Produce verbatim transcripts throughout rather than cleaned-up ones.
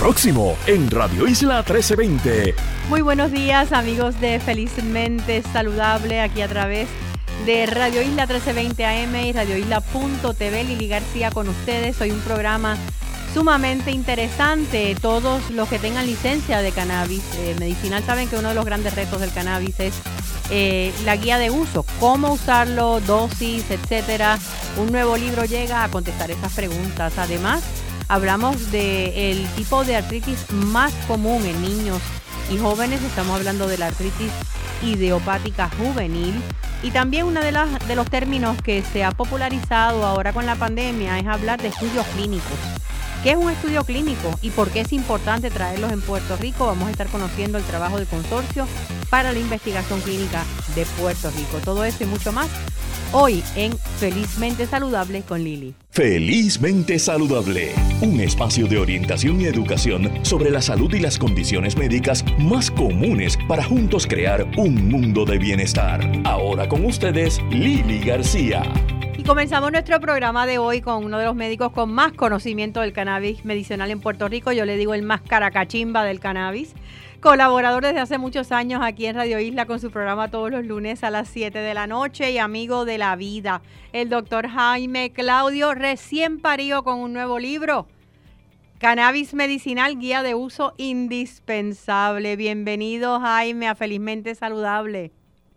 próximo en Radio Isla trece veinte. Muy buenos días, amigos de Felizmente Saludable, aquí a través de Radio Isla trece veinte A M y Radio Isla punto T V. Lili García con ustedes. Hoy un programa sumamente interesante. Todos los que tengan licencia de cannabis eh, medicinal saben que uno de los grandes retos del cannabis es eh, la guía de uso, cómo usarlo, dosis, etcétera. Un nuevo libro llega a contestar esas preguntas. Además, hablamos del tipo de artritis más común en niños y jóvenes. Estamos hablando de la artritis idiopática juvenil. Y también uno de, las, de los términos que se ha popularizado ahora con la pandemia es hablar de estudios clínicos. ¿Qué es un estudio clínico y por qué es importante traerlos en Puerto Rico? Vamos a estar conociendo el trabajo del Consorcio para la Investigación Clínica de Puerto Rico. Todo eso y mucho más hoy en Felizmente Saludable con Lili. Felizmente Saludable, un espacio de orientación y educación sobre la salud y las condiciones médicas más comunes para juntos crear un mundo de bienestar. Ahora con ustedes, Lili García. Y comenzamos nuestro programa de hoy con uno de los médicos con más conocimiento del cannabis medicinal en Puerto Rico. Yo le digo el más caracachimba del cannabis. Colaborador desde hace muchos años aquí en Radio Isla con su programa todos los lunes a las siete de la noche y amigo de la vida, el doctor Jaime Claudio, recién parido con un nuevo libro, Cannabis Medicinal, Guía de Uso Indispensable. Bienvenido, Jaime, a Felizmente Saludable.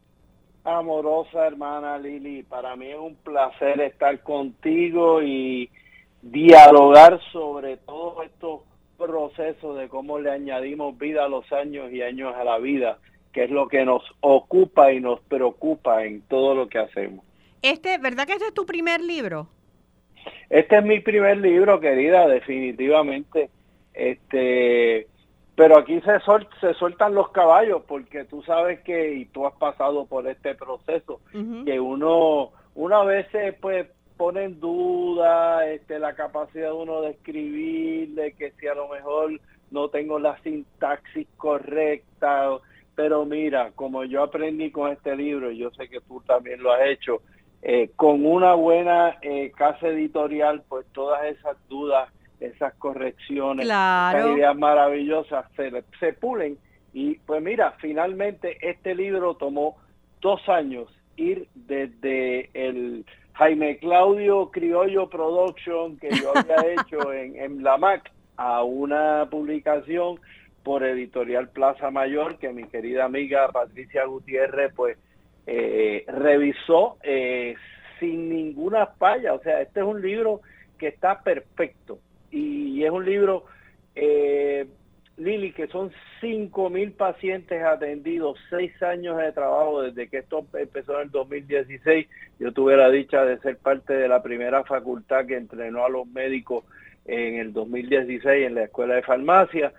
Amorosa hermana Lili, para mí es un placer estar contigo y dialogar sobre todos estos procesos de cómo le añadimos vida a los años y años a la vida, que es lo que nos ocupa y nos preocupa en todo lo que hacemos. Este, ¿verdad que este es tu primer libro? Este es mi primer libro, querida, definitivamente. Este, pero aquí se, sol, se sueltan los caballos, porque tú sabes que, y tú has pasado por este proceso, uh-huh. que uno, uno a veces pues pone en duda este, la capacidad de uno de escribir, de que si a lo mejor no tengo la sintaxis correcta, pero mira, como yo aprendí con este libro, y yo sé que tú también lo has hecho, eh, con una buena eh, casa editorial, pues todas esas dudas, esas correcciones, claro. esas ideas maravillosas se, se pulen, y pues mira, finalmente este libro tomó dos años ir desde el Jaime Claudio Criollo Production que yo había hecho en, en la M A C a una publicación por Editorial Plaza Mayor que mi querida amiga Patricia Gutiérrez pues eh, revisó eh, sin ninguna falla. O sea, este es un libro que está perfecto y es un libro eh, Lili, que son cinco mil pacientes atendidos, seis años de trabajo desde que esto empezó en el dos mil dieciséis. Yo tuve la dicha de ser parte de la primera facultad que entrenó a los médicos en el dos mil dieciséis en la Escuela de Farmacia,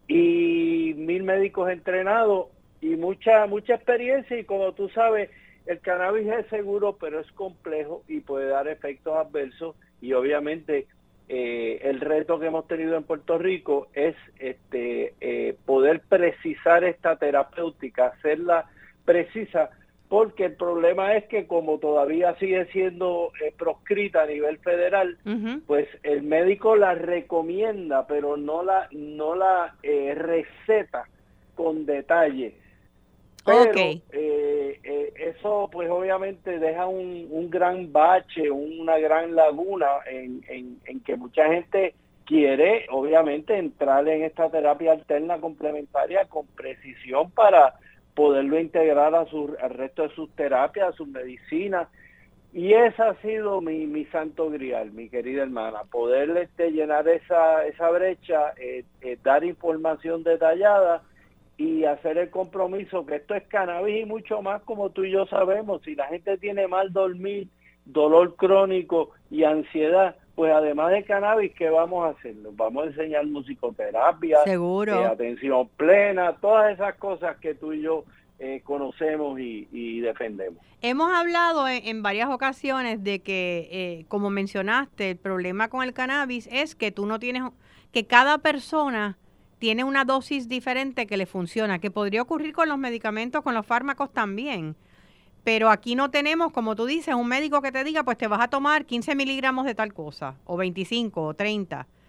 y mil médicos entrenados y mucha mucha experiencia. Y como tú sabes, el cannabis es seguro, pero es complejo y puede dar efectos adversos, y obviamente Eh, el reto que hemos tenido en Puerto Rico es este eh, poder precisar esta terapéutica, hacerla precisa, porque el problema es que como todavía sigue siendo eh, proscrita a nivel federal, uh-huh. pues el médico la recomienda, pero no la no la eh, receta con detalle. Pero okay. eh, eh, eso pues obviamente deja un, un gran bache, una gran laguna en, en, en que mucha gente quiere obviamente entrar en esta terapia alterna complementaria con precisión para poderlo integrar a su, al resto de sus terapias, a sus medicinas. Y esa ha sido mi, mi santo grial, mi querida hermana, poder este, llenar esa, esa brecha, eh, eh, dar información detallada y hacer el compromiso que esto es cannabis y mucho más, como tú y yo sabemos. Si la gente tiene mal dormir, dolor crónico y ansiedad, pues además de cannabis, ¿qué vamos a hacer? Nos vamos a enseñar musicoterapia, seguro, eh, atención plena, todas esas cosas que tú y yo eh, conocemos y, y defendemos. Hemos hablado en, en varias ocasiones de que, eh, como mencionaste, el problema con el cannabis es que tú no tienes, que cada persona tiene una dosis diferente que le funciona, que podría ocurrir con los medicamentos, con los fármacos también. Pero aquí no tenemos, como tú dices, un médico que te diga, pues te vas a tomar quince miligramos de tal cosa, o veinticinco, o treinta.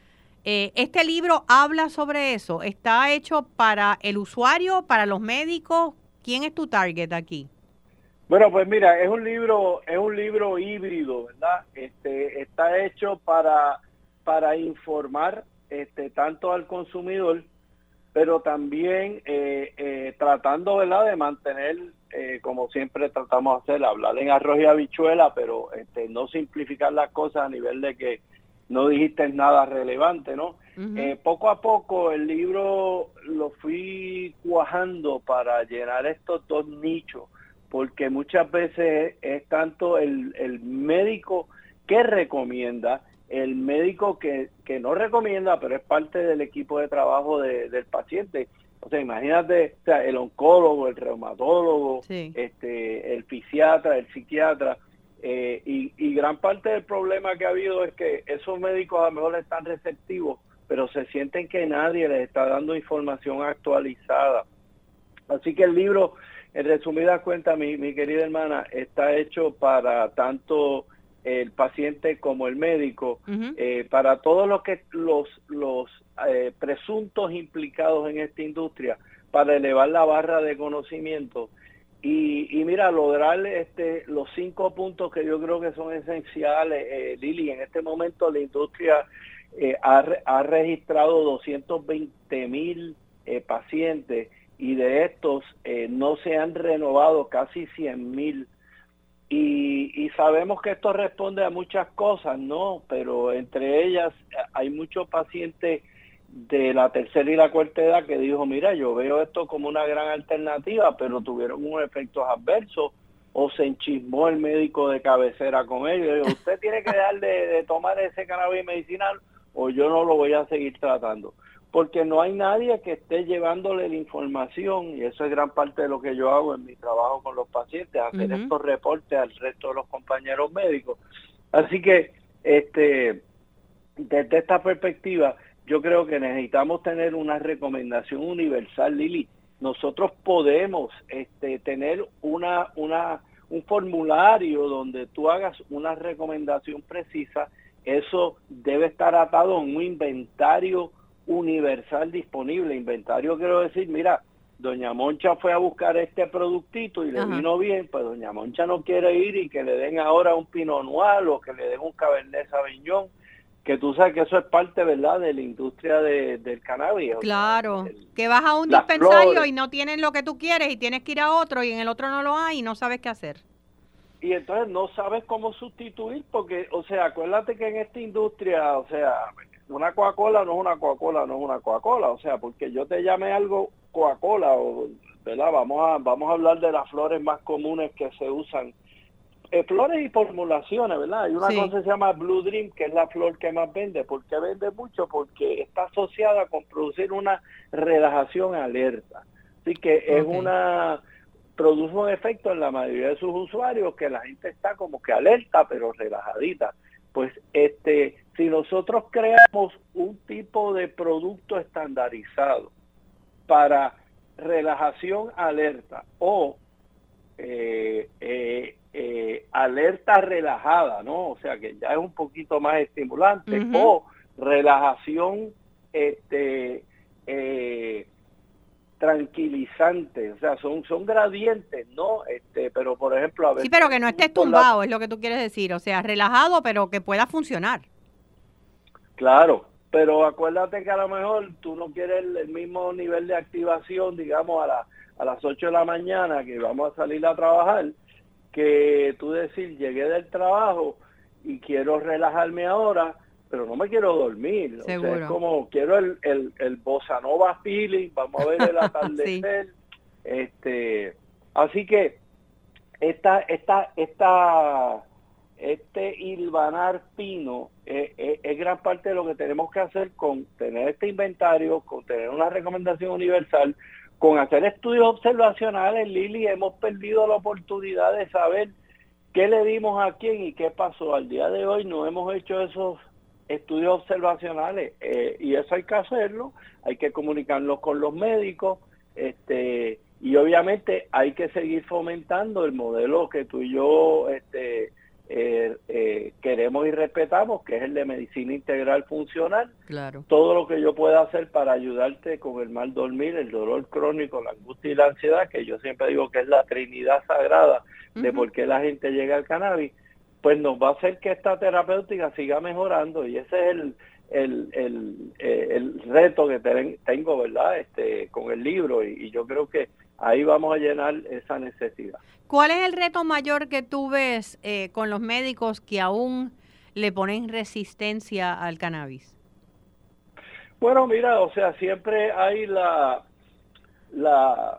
Eh, este libro habla sobre eso. ¿Está hecho para el usuario, para los médicos? ¿Quién es tu target aquí? Bueno, pues mira, es un libro, es un libro híbrido, ¿verdad? Este, está hecho para, para informar este, tanto al consumidor, pero también eh, eh, tratando, ¿verdad?, de mantener, eh, como siempre tratamos de hacer, hablar en arroz y habichuela, pero este, no simplificar las cosas a nivel de que no dijiste nada relevante, ¿no? Uh-huh. Eh, poco a poco el libro lo fui cuajando para llenar estos dos nichos, porque muchas veces es tanto el, el médico que recomienda, el médico que, que no recomienda, pero es parte del equipo de trabajo de, del paciente. O sea, imagínate, o sea, el oncólogo, el reumatólogo, sí. este, el fisiatra, el psiquiatra, eh, y, y gran parte del problema que ha habido es que esos médicos a lo mejor están receptivos, pero se sienten que nadie les está dando información actualizada. Así que el libro, en resumidas cuentas, mi, mi querida hermana, está hecho para tanto el paciente como el médico, uh-huh. eh, para todos los que los los eh, presuntos implicados en esta industria, para elevar la barra de conocimiento y, y mira, lograr este los cinco puntos que yo creo que son esenciales. eh, Lili, en este momento la industria eh, ha, ha registrado doscientos veinte mil eh, pacientes y de estos eh, no se han renovado casi cien mil. Y, y sabemos que esto responde a muchas cosas, ¿no? Pero entre ellas hay muchos pacientes de la tercera y la cuarta edad que dijo, mira, yo veo esto como una gran alternativa, pero tuvieron unos efectos adversos o se enchismó el médico de cabecera con ellos. Digo, usted tiene que dejar de, de tomar ese cannabis medicinal o yo no lo voy a seguir tratando. Porque no hay nadie que esté llevándole la información, y eso es gran parte de lo que yo hago en mi trabajo con los pacientes, hacer uh-huh. estos reportes al resto de los compañeros médicos. Así que, este, desde esta perspectiva, yo creo que necesitamos tener una recomendación universal, Lili. Nosotros podemos este, tener una, una, un formulario donde tú hagas una recomendación precisa. Eso debe estar atado a un inventario universal disponible. Inventario quiero decir, mira, doña Moncha fue a buscar este productito y le Ajá. vino bien, pues doña Moncha no quiere ir y que le den ahora un Pinot Noir o que le den un Cabernet Sauvignon, que tú sabes que eso es parte, ¿verdad?, de la industria de, del cannabis. Claro, o sea, el, que vas a un dispensario flores. Y no tienen lo que tú quieres y tienes que ir a otro y en el otro no lo hay y no sabes qué hacer. Y entonces no sabes cómo sustituir porque, o sea, acuérdate que en esta industria, o sea, una Coca-Cola no es una Coca-Cola, no es una Coca-Cola, o sea, porque yo te llame algo Coca-Cola, o, ¿verdad? Vamos a vamos a hablar de las flores más comunes que se usan. Eh, flores y formulaciones, ¿verdad? Hay una sí. cosa que se llama Blue Dream, que es la flor que más vende. ¿Por qué vende mucho? Porque está asociada con producir una relajación alerta. Así que okay. es una... produce un efecto en la mayoría de sus usuarios que la gente está como que alerta, pero relajadita. Pues este, si nosotros creamos un tipo de producto estandarizado para relajación alerta o eh, eh, eh, alerta relajada, ¿no? O sea que ya es un poquito más estimulante, uh-huh. o relajación este eh, tranquilizante, o sea, son son gradientes, ¿no? Este, pero por ejemplo, a ver. Sí, pero que no estés tumbado, la... es lo que tú quieres decir, o sea, relajado, pero que pueda funcionar. Claro, pero acuérdate que a lo mejor tú no quieres el, el mismo nivel de activación, digamos, a la a las ocho de la mañana que vamos a salir a trabajar, que tú decir, llegué del trabajo y quiero relajarme ahora, pero no me quiero dormir. Seguro. O sea, es como quiero el, el, el bossa nova feeling, vamos a ver el atardecer. Sí. Este, así que esta, esta, esta, este hilvanar fino eh, eh, es gran parte de lo que tenemos que hacer con tener este inventario, con tener una recomendación universal, con hacer estudios observacionales. Lili, hemos perdido la oportunidad de saber qué le dimos a quién y qué pasó. Al día de hoy no hemos hecho esos estudios observacionales eh, y eso hay que hacerlo, hay que comunicarnos con los médicos, este y obviamente hay que seguir fomentando el modelo que tú y yo este eh, eh, queremos y respetamos, que es el de medicina integral funcional. Claro. Todo lo que yo pueda hacer para ayudarte con el mal dormir, el dolor crónico, la angustia y la ansiedad, que yo siempre digo que es la trinidad sagrada de Uh-huh. por qué la gente llega al cannabis, pues nos va a hacer que esta terapéutica siga mejorando, y ese es el el el, eh, el reto que ten, tengo, ¿verdad? Este con el libro, y, y yo creo que ahí vamos a llenar esa necesidad. ¿Cuál es el reto mayor que tú ves eh, con los médicos que aún le ponen resistencia al cannabis? Bueno, mira, o sea, siempre hay la la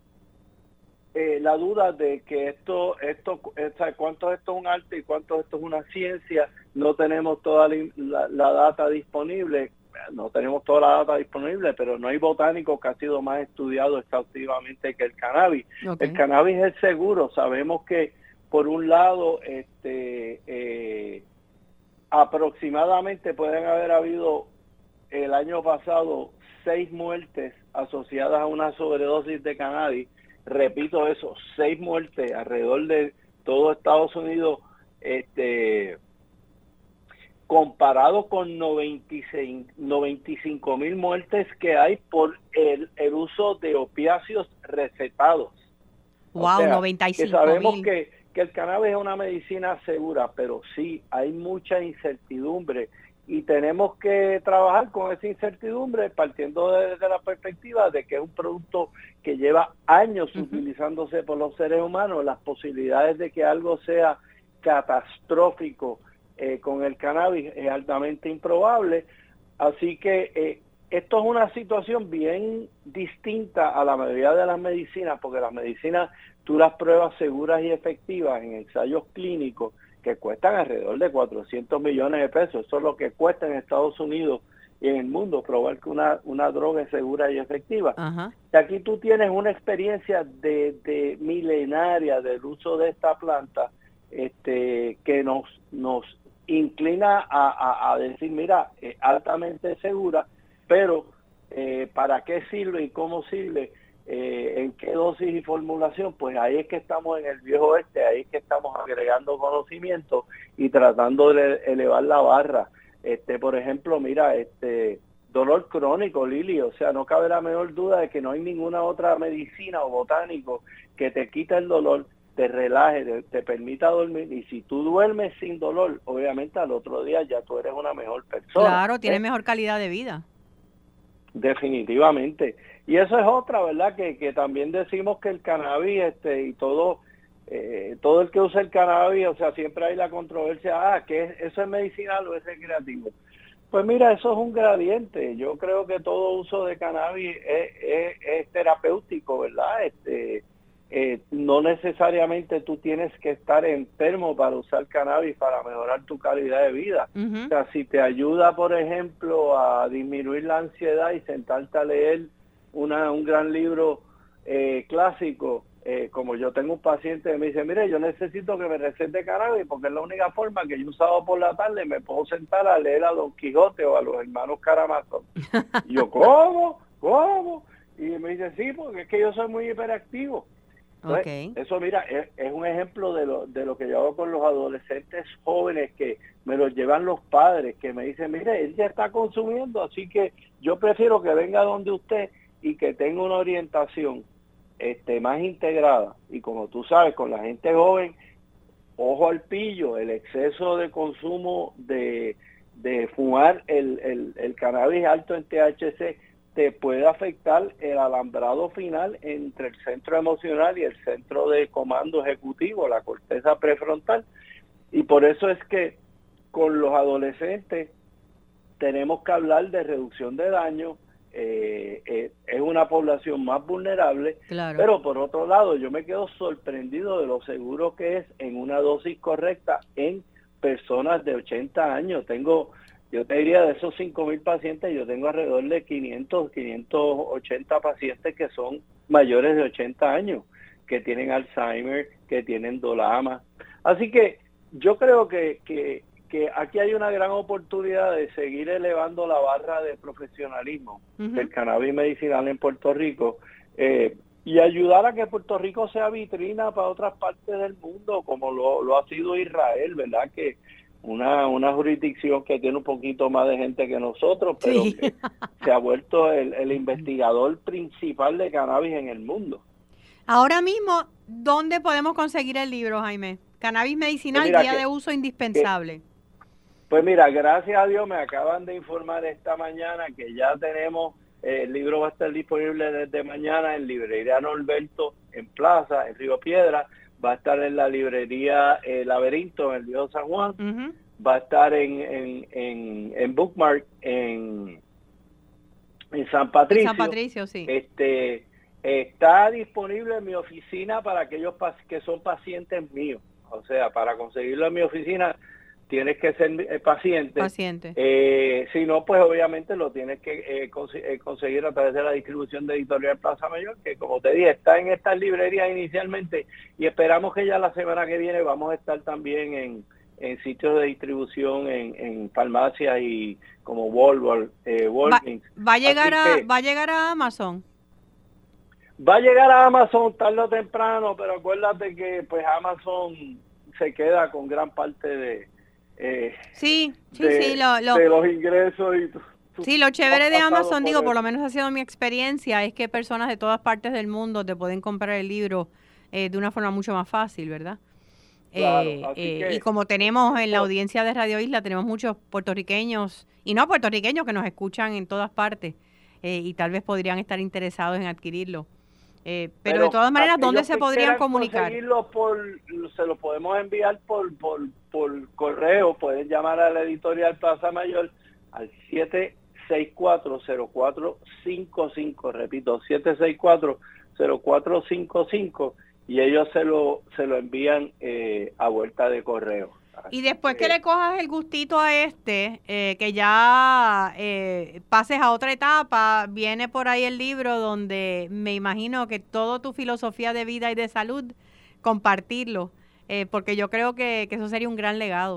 eh, la duda de que esto esto o sea, cuánto esto es un arte y cuánto esto es una ciencia. No tenemos toda la, la, la data disponible, no tenemos toda la data disponible, pero no hay botánico que ha sido más estudiado exhaustivamente que el cannabis. Okay. El cannabis es seguro. Sabemos que por un lado, este eh, aproximadamente pueden haber habido el año pasado seis muertes asociadas a una sobredosis de cannabis. Repito eso, seis muertes alrededor de todo Estados Unidos, este, comparado con noventa y seis, noventa y cinco mil muertes que hay por el, el uso de opiáceos recetados. Wow, o sea, noventa y cinco que sabemos mil. que, que el cannabis es una medicina segura, pero sí hay mucha incertidumbre, y tenemos que trabajar con esa incertidumbre partiendo desde de la perspectiva de que es un producto que lleva años uh-huh. utilizándose por los seres humanos. Las posibilidades de que algo sea catastrófico eh, con el cannabis es altamente improbable. Así que eh, esto es una situación bien distinta a la mayoría de las medicinas, porque las medicinas tú las pruebas seguras y efectivas en ensayos clínicos que cuestan alrededor de cuatrocientos millones de pesos. Eso es lo que cuesta en Estados Unidos y en el mundo probar que una, una droga es segura y efectiva. Uh-huh. Y aquí tú tienes una experiencia de, de milenaria del uso de esta planta, este, que nos, nos inclina a, a, a decir, mira, es altamente segura, pero eh, ¿para qué sirve y cómo sirve? Eh, en qué dosis y formulación, pues ahí es que estamos en el viejo oeste, ahí es que estamos agregando conocimiento y tratando de elevar la barra. Este, por ejemplo, mira, este dolor crónico, Lili, o sea, no cabe la menor duda de que no hay ninguna otra medicina o botánico que te quite el dolor, te relaje, te, te permita dormir, y si tú duermes sin dolor, obviamente al otro día ya tú eres una mejor persona. Claro, tienes ¿eh? mejor calidad de vida. Definitivamente. Y eso es otra, ¿verdad? Que, que también decimos que el cannabis, este, y todo, eh, todo el que usa el cannabis, o sea, siempre hay la controversia, ah, que eso es medicinal o es recreativo. Pues mira, eso es un gradiente. Yo creo que todo uso de cannabis es, es, es terapéutico, ¿verdad? Este, eh, no necesariamente tú tienes que estar enfermo para usar cannabis para mejorar tu calidad de vida. Uh-huh. O sea, si te ayuda, por ejemplo, a disminuir la ansiedad y sentarte a leer una, un gran libro eh, clásico, eh, como yo tengo un paciente que me dice, mire, yo necesito que me recete cannabis porque es la única forma que yo un sábado por la tarde me puedo sentar a leer a Don Quijote o a los hermanos Karamazov. Y yo, ¿cómo? ¿Cómo? Y me dice, sí, porque es que yo soy muy hiperactivo. Entonces, okay. Eso, mira, es, es un ejemplo de lo, de lo que yo hago con los adolescentes jóvenes, que me los llevan los padres, que me dicen, mire, él ya está consumiendo, así que yo prefiero que venga donde usted y que tenga una orientación este, más integrada. Y como tú sabes, con la gente joven, ojo al pillo, el exceso de consumo de, de fumar el, el, el cannabis alto en T H C te puede afectar el alambrado final entre el centro emocional y el centro de comando ejecutivo, la corteza prefrontal. Y por eso es que con los adolescentes tenemos que hablar de reducción de daño. Eh, eh, es una población más vulnerable, claro. Pero por otro lado yo me quedo sorprendido de lo seguro que es en una dosis correcta en personas de ochenta años. Tengo Yo te diría, de esos cinco mil pacientes, yo tengo alrededor de quinientos, quinientos ochenta pacientes que son mayores de ochenta años, que tienen Alzheimer, que tienen Dolama. Así que yo creo que, que, que aquí hay una gran oportunidad de seguir elevando la barra de profesionalismo uh-huh. del cannabis medicinal en Puerto Rico. Eh, y ayudar a que Puerto Rico sea vitrina para otras partes del mundo, como lo, lo ha sido Israel, ¿verdad? Que una, una jurisdicción que tiene un poquito más de gente que nosotros, pero Sí. que se ha vuelto el, el investigador principal de cannabis en el mundo. Ahora mismo, ¿dónde podemos conseguir el libro, Jaime? Cannabis medicinal, Pues guía que, de uso indispensable. Que, pues mira, gracias a Dios me acaban de informar esta mañana que ya tenemos, eh, el libro va a estar disponible desde mañana en Librería Norberto, en Plaza, en Río Piedra, va a estar en la librería eh, Laberinto, en el Viejo San Juan, uh-huh. va a estar en, en, en, en Bookmark, en, en San Patricio. En San Patricio, sí. Este, está disponible en mi oficina para aquellos que son pacientes míos. O sea, para conseguirlo en mi oficina tienes que ser eh, paciente. Paciente. Eh, si no, pues obviamente lo tienes que eh, cons- eh, conseguir a través de la distribución de Editorial Plaza Mayor, que como te dije, está en estas librerías inicialmente y esperamos que ya la semana que viene vamos a estar también en, en sitios de distribución, en, en farmacias y como Walmart, eh, Walgreens. Va, va, a llegar a, ¿Va a llegar a Amazon? Va a llegar a Amazon tarde o temprano, pero acuérdate que pues Amazon se queda con gran parte de eh, sí, sí, de, sí, lo, lo, de los ingresos y tu, tu, sí, lo chévere de Amazon, por digo, eso. por lo menos ha sido mi experiencia, es que personas de todas partes del mundo te pueden comprar el libro eh, de una forma mucho más fácil, ¿verdad? Claro, eh, así eh, que, y como tenemos en la audiencia de Radio Isla, tenemos muchos puertorriqueños, y no puertorriqueños, que nos escuchan en todas partes, eh, y tal vez podrían estar interesados en adquirirlo. Eh, pero, pero de todas maneras, ¿dónde se podrían comunicar? Por, se lo podemos enviar por, por, por correo, pueden llamar a la Editorial Plaza Mayor al siete seis cuatro, cero cuatro cinco cinco, repito, siete seis cuatro, cero cuatro cinco cinco, y ellos se lo, se lo envían eh, a vuelta de correo. Y después que le cojas el gustito a este, eh, que ya eh, pases a otra etapa, viene por ahí el libro donde me imagino que toda tu filosofía de vida y de salud, compartirlo, eh, porque yo creo que, que eso sería un gran legado.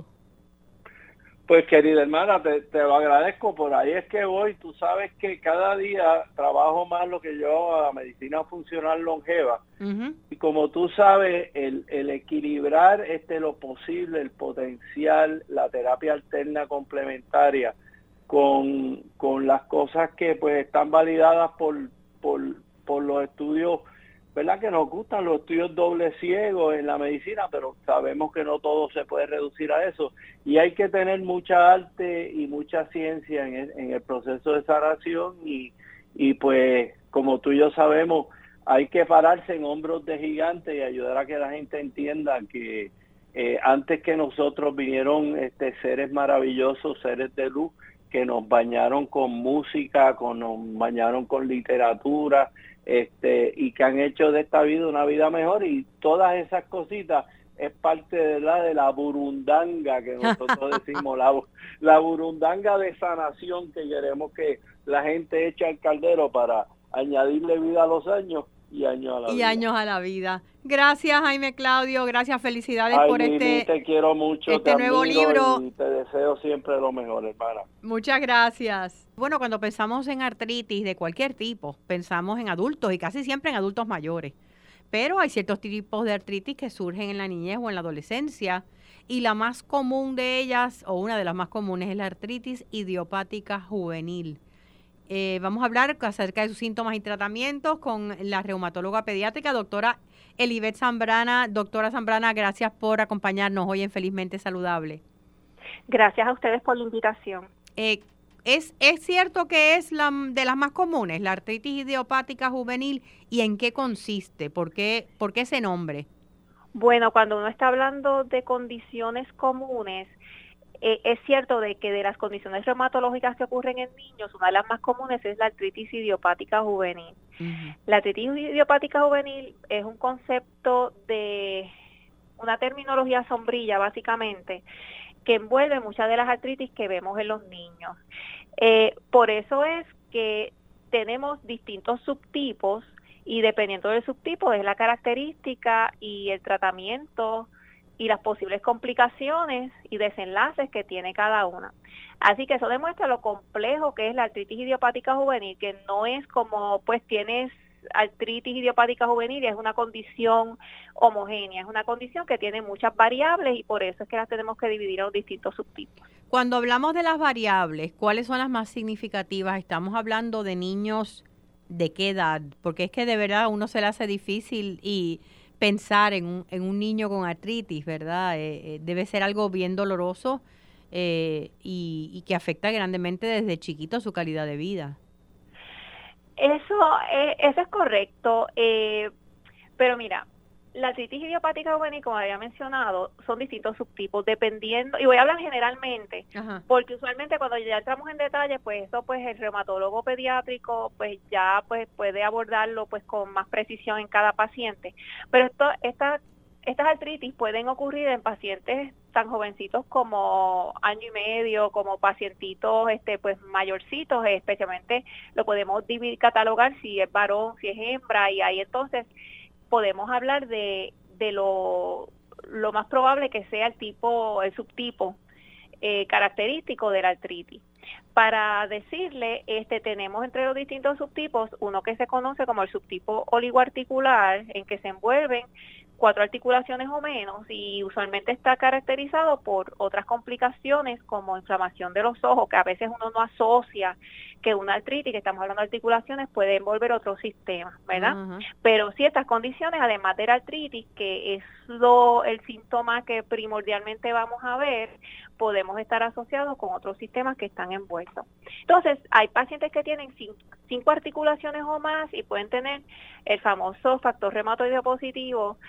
Pues querida hermana, te, te lo agradezco, por ahí es que voy. Tú sabes que cada día trabajo más lo que yo, la medicina funcional longeva, uh-huh. y como tú sabes, el, el equilibrar este lo posible, el potencial, la terapia alterna complementaria con, con las cosas que pues están validadas por, por, por los estudios, ¿verdad? Que nos gustan los estudios doble ciegos en la medicina, pero sabemos que no todo se puede reducir a eso. Y hay que tener mucha arte y mucha ciencia en el, en el proceso de sanación y, y pues, como tú y yo sabemos, hay que pararse en hombros de gigantes y ayudar a que la gente entienda que eh, antes que nosotros vinieron este, seres maravillosos, seres de luz, que nos bañaron con música, con, nos bañaron con literatura, este y que han hecho de esta vida una vida mejor, y todas esas cositas es parte de la de la burundanga que nosotros decimos, la, la burundanga de sanación que queremos que la gente eche al caldero para añadirle vida a los años y años a la y vida. Y años a la vida. Gracias, Jaime Claudio, gracias, felicidades Ay, por Mimi, este, te quiero mucho, este te nuevo libro. Y te deseo siempre lo mejor, hermana. Muchas gracias. Bueno, cuando pensamos en artritis de cualquier tipo, pensamos en adultos y casi siempre en adultos mayores. Pero hay ciertos tipos de artritis que surgen en la niñez o en la adolescencia, y la más común de ellas, o una de las más comunes, es la artritis idiopática juvenil. Eh, vamos a hablar acerca de sus síntomas y tratamientos con la reumatóloga pediátrica, doctora Elibet Zambrana. Doctora Zambrana, gracias por acompañarnos hoy en Felizmente Saludable. Gracias a ustedes por la invitación. Eh, ¿es, ¿Es cierto que es la de las más comunes, la artritis idiopática juvenil? ¿Y en qué consiste? ¿Por qué, por qué ese nombre? Bueno, cuando uno está hablando de condiciones comunes, Eh, es cierto de que de las condiciones reumatológicas que ocurren en niños, una de las más comunes es la artritis idiopática juvenil. Uh-huh. La artritis idiopática juvenil es un concepto de una terminología sombrilla, básicamente, que envuelve muchas de las artritis que vemos en los niños. Eh, por eso es que tenemos distintos subtipos, y dependiendo del subtipo es la característica y el tratamiento y las posibles complicaciones y desenlaces que tiene cada una. Así que eso demuestra lo complejo que es la artritis idiopática juvenil, que no es como pues tienes artritis idiopática juvenil es una condición homogénea, es una condición que tiene muchas variables y por eso es que las tenemos que dividir en los distintos subtipos. Cuando hablamos de las variables, ¿cuáles son las más significativas? Estamos hablando de niños de qué edad, porque es que de verdad a uno se le hace difícil y pensar en un, en un niño con artritis, ¿verdad? Eh, eh, debe ser algo bien doloroso eh, y, y que afecta grandemente desde chiquito su calidad de vida. Eso, eh, eso es correcto, eh, pero mira, la artritis idiopática juvenil, como había mencionado, son distintos subtipos, dependiendo, y voy a hablar generalmente, Ajá. porque usualmente cuando ya entramos en detalle, pues eso pues el reumatólogo pediátrico pues ya pues puede abordarlo pues con más precisión en cada paciente. Pero esto, esta, estas artritis pueden ocurrir en pacientes tan jovencitos como año y medio, como pacientitos este pues mayorcitos, especialmente lo podemos dividir, catalogar si es varón, si es hembra, y ahí entonces podemos hablar de, de lo, lo más probable que sea el tipo, el subtipo eh, característico de la artritis. Para decirle, este, tenemos entre los distintos subtipos uno que se conoce como el subtipo oligoarticular, en que se envuelven cuatro articulaciones o menos y usualmente está caracterizado por otras complicaciones como inflamación de los ojos, que a veces uno no asocia que una artritis, que estamos hablando de articulaciones, puede envolver otro sistema, ¿verdad? Uh-huh. Pero sí, estas condiciones, además de la artritis, que es lo, el síntoma que primordialmente vamos a ver, podemos estar asociados con otros sistemas que están envueltos. Entonces, hay pacientes que tienen cinco, cinco articulaciones o más y pueden tener el famoso factor reumatoide positivo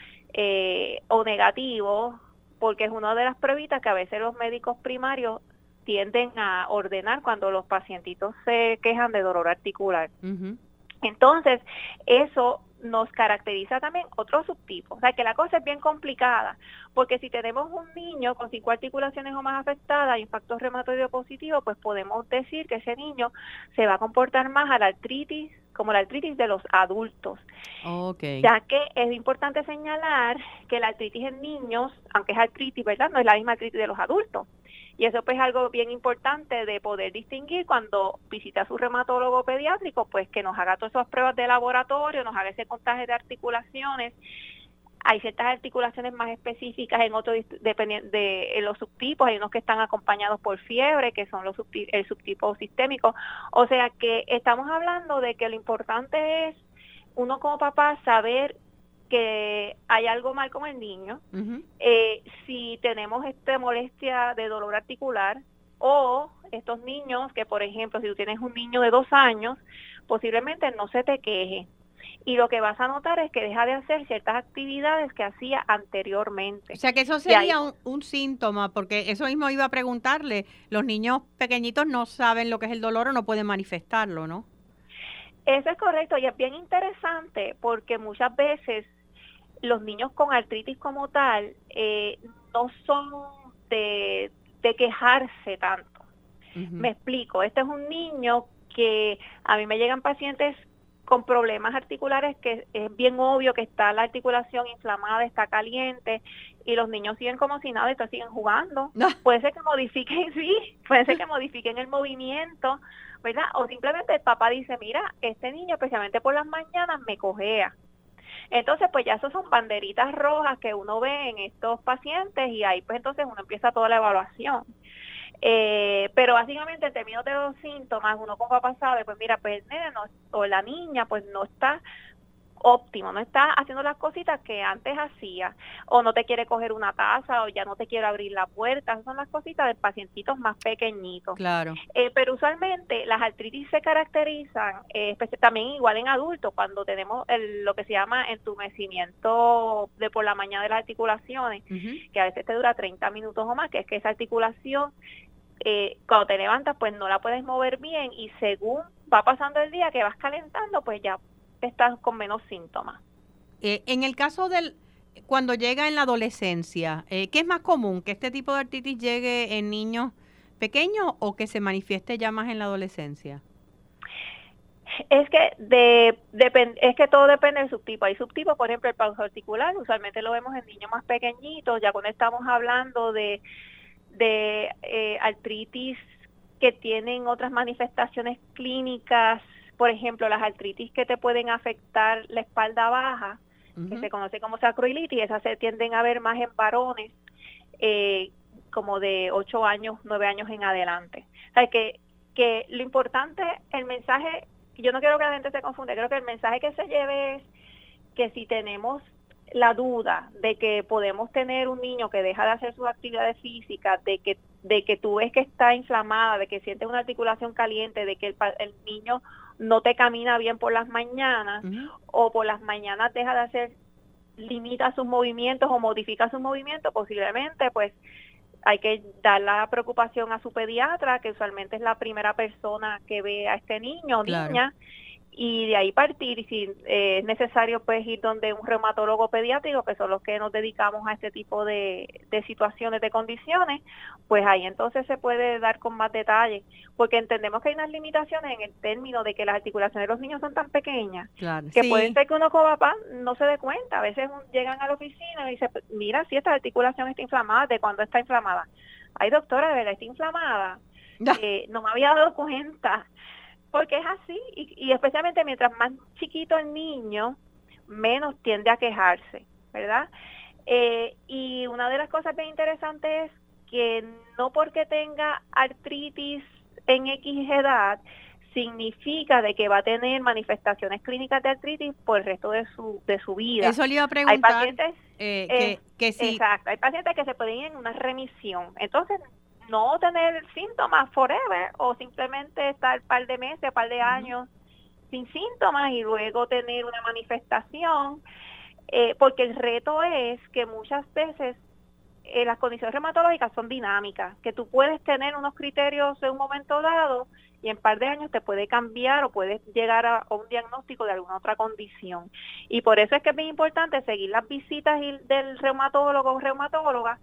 eh, o negativo, porque es una de las pruebitas que a veces los médicos primarios tienden a ordenar cuando los pacientitos se quejan de dolor articular. Uh-huh. Entonces, eso nos caracteriza también otro subtipo. O sea, que la cosa es bien complicada, porque si tenemos un niño con cinco articulaciones o más afectadas y un factor reumatoide positivo, pues podemos decir que ese niño se va a comportar más a la artritis, como la artritis de los adultos. Okay. Ya que es importante señalar que la artritis en niños, aunque es artritis, ¿verdad?, no es la misma artritis de los adultos. Y eso pues es algo bien importante de poder distinguir cuando visita a su reumatólogo pediátrico, pues que nos haga todas esas pruebas de laboratorio, nos haga ese contagio de articulaciones. Hay ciertas articulaciones más específicas en otros, dependiendo de en los subtipos, hay unos que están acompañados por fiebre, que son los subtipos, el subtipo sistémico. O sea que estamos hablando de que lo importante es uno como papá saber que hay algo mal con el niño, uh-huh. eh, si tenemos esta molestia de dolor articular o estos niños que, por ejemplo, si tú tienes un niño de dos años, posiblemente no se te queje. Y lo que vas a notar es que deja de hacer ciertas actividades que hacía anteriormente. O sea que eso sería ahí, un, un síntoma, porque eso mismo iba a preguntarle, los niños pequeñitos no saben lo que es el dolor o no pueden manifestarlo, ¿no? Eso es correcto y es bien interesante porque muchas veces los niños con artritis como tal eh, no son de, de quejarse tanto. Uh-huh. Me explico, este es un niño que a mí me llegan pacientes con problemas articulares que es bien obvio que está la articulación inflamada, está caliente y los niños siguen como si nada, entonces siguen jugando. No. Puede ser que modifiquen, sí, puede ser que modifiquen el movimiento, ¿verdad? O simplemente el papá dice, mira, este niño especialmente por las mañanas me cojea. Entonces, pues ya esos son banderitas rojas que uno ve en estos pacientes y ahí pues entonces uno empieza toda la evaluación. Eh, pero básicamente en términos de los síntomas, uno como papá sabe, pues mira, pues el nene no, o la niña pues no está óptimo, no está haciendo las cositas que antes hacía, o no te quiere coger una taza, o ya no te quiere abrir la puerta. Esas son las cositas de pacientitos más pequeñitos. Claro. Eh, pero usualmente las artritis se caracterizan, eh, también igual en adultos, cuando tenemos el, lo que se llama entumecimiento de por la mañana de las articulaciones, uh-huh. que a veces te dura treinta minutos o más, que es que esa articulación, eh, cuando te levantas, pues no la puedes mover bien, y según va pasando el día que vas calentando, pues ya estás con menos síntomas. Eh, en el caso del, cuando llega en la adolescencia, eh, ¿qué es más común? ¿Que este tipo de artritis llegue en niños pequeños o que se manifieste ya más en la adolescencia? Es que de, de, es que todo depende del subtipo. Hay subtipos, por ejemplo, el pauso articular, usualmente lo vemos en niños más pequeñitos, ya cuando estamos hablando de, de eh, artritis que tienen otras manifestaciones clínicas por ejemplo, las artritis que te pueden afectar la espalda baja, uh-huh. que se conoce como sacroilitis, esas se tienden a ver más en varones, eh, como de ocho años, nueve años en adelante. O sea, que, que lo importante, el mensaje, yo no quiero que la gente se confunda, creo que el mensaje que se lleve es que si tenemos la duda de que podemos tener un niño que deja de hacer sus actividades físicas, de que de que tú ves que está inflamada, de que sientes una articulación caliente, de que el, el niño no te camina bien por las mañanas, uh-huh. o por las mañanas deja de hacer, limita sus movimientos o modifica sus movimientos, posiblemente pues hay que dar la preocupación a su pediatra, que usualmente es la primera persona que ve a este niño o claro. niña, y de ahí partir, y si eh, es necesario pues ir donde un reumatólogo pediátrico, que son los que nos dedicamos a este tipo de, de situaciones, de condiciones, pues ahí entonces se puede dar con más detalle, porque entendemos que hay unas limitaciones en el término de que las articulaciones de los niños son tan pequeñas, claro, que sí. puede ser que uno como papá no se dé cuenta. A veces llegan a la oficina y dicen, mira, si esta articulación está inflamada, ¿de cuándo está inflamada? Ay, doctora, de verdad está inflamada, eh, no me había dado cuenta. Porque es así, y, y especialmente mientras más chiquito el niño, menos tiende a quejarse, ¿verdad? Eh, y una de las cosas bien interesantes es que no porque tenga artritis en X edad, significa de que va a tener manifestaciones clínicas de artritis por el resto de su de su vida. Eso le iba a preguntar. Hay pacientes, eh, que, eh, que sí. Exacto, hay pacientes que se pueden ir en una remisión. Entonces, no tener síntomas forever o simplemente estar un par de meses, un par de años uh-huh. sin síntomas y luego tener una manifestación, eh, porque el reto es que muchas veces eh, las condiciones reumatológicas son dinámicas, que tú puedes tener unos criterios en un momento dado y en un par de años te puede cambiar o puedes llegar a, a un diagnóstico de alguna otra condición. Y por eso es que es bien importante seguir las visitas del reumatólogo o reumatóloga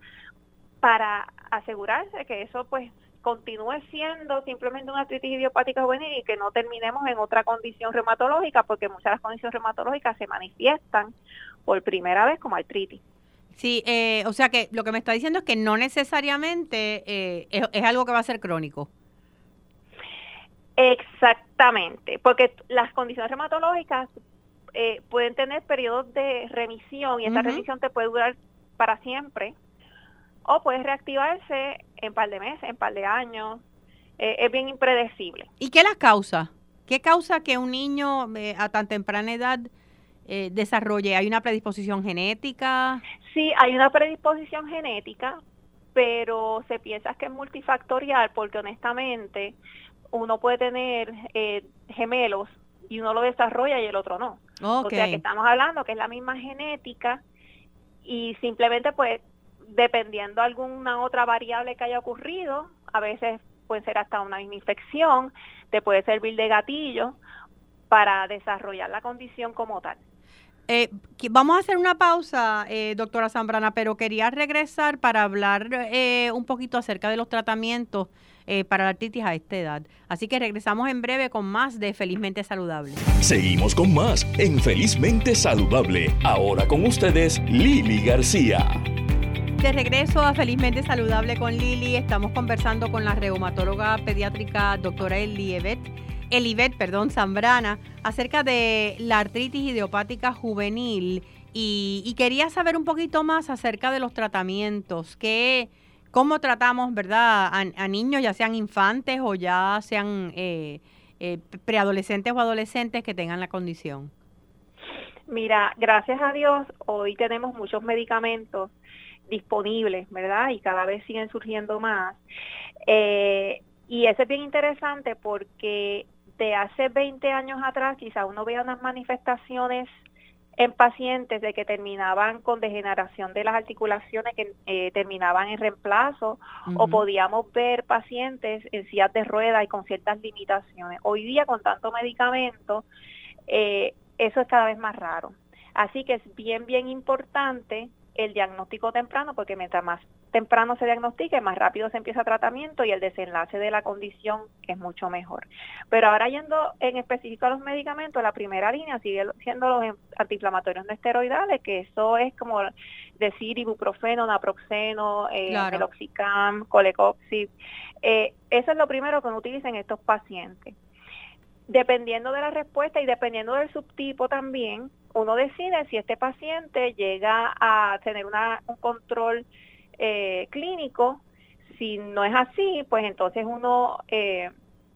para asegurarse que eso pues continúe siendo simplemente una artritis idiopática juvenil y que no terminemos en otra condición reumatológica, porque muchas de las condiciones reumatológicas se manifiestan por primera vez como artritis. Sí, eh, o sea que lo que me está diciendo es que no necesariamente eh, es, es algo que va a ser crónico. Exactamente, porque las condiciones reumatológicas eh, pueden tener periodos de remisión y esa uh-huh. remisión te puede durar para siempre, o puede reactivarse en par de meses, en par de años. Eh, es bien impredecible. ¿Y qué las causa? ¿Qué causa que un niño eh, a tan temprana edad eh, desarrolle? ¿Hay una predisposición genética? Sí, hay una predisposición genética, pero se piensa que es multifactorial porque honestamente uno puede tener eh, gemelos y uno lo desarrolla y el otro no. Okay. O sea que estamos hablando que es la misma genética y simplemente pues dependiendo de alguna otra variable que haya ocurrido, a veces puede ser hasta una misma infección, te puede servir de gatillo para desarrollar la condición como tal. Eh, vamos a hacer una pausa, eh, doctora Zambrana, pero quería regresar para hablar eh, un poquito acerca de los tratamientos eh, para la artritis a esta edad. Así que regresamos en breve con más de Felizmente Saludable. Seguimos con más en Felizmente Saludable. Ahora con ustedes, Lili García. De regreso a Felizmente Saludable con Lili, estamos conversando con la reumatóloga pediátrica doctora Elibet, Elibet, perdón, Zambrana, acerca de la artritis idiopática juvenil y, y quería saber un poquito más acerca de los tratamientos, que, cómo tratamos, ¿verdad?, a, a niños, ya sean infantes o ya sean eh, eh, preadolescentes o adolescentes que tengan la condición. Mira, gracias a Dios, hoy tenemos muchos medicamentos disponibles, ¿verdad? Y cada vez siguen surgiendo más. Eh, y eso es bien interesante porque de hace veinte años atrás quizá uno veía unas manifestaciones en pacientes de que terminaban con degeneración de las articulaciones, que eh, terminaban en reemplazo, uh-huh. o podíamos ver pacientes en sillas de ruedas y con ciertas limitaciones. Hoy día con tanto medicamento, eh, eso es cada vez más raro. Así que es bien, bien importante el diagnóstico temprano, porque mientras más temprano se diagnostique, más rápido se empieza el tratamiento y el desenlace de la condición es mucho mejor. Pero ahora yendo en específico a los medicamentos, la primera línea sigue siendo los antiinflamatorios no esteroidales, que eso es como decir ibuprofeno, naproxeno, eh, claro. meloxicam, colecoxib. Eh, eso es lo primero que uno utiliza en estos pacientes. dependiendo de la respuesta y dependiendo del subtipo también, uno decide si este paciente llega a tener una, un control eh, clínico. Si no es así, pues entonces uno eh,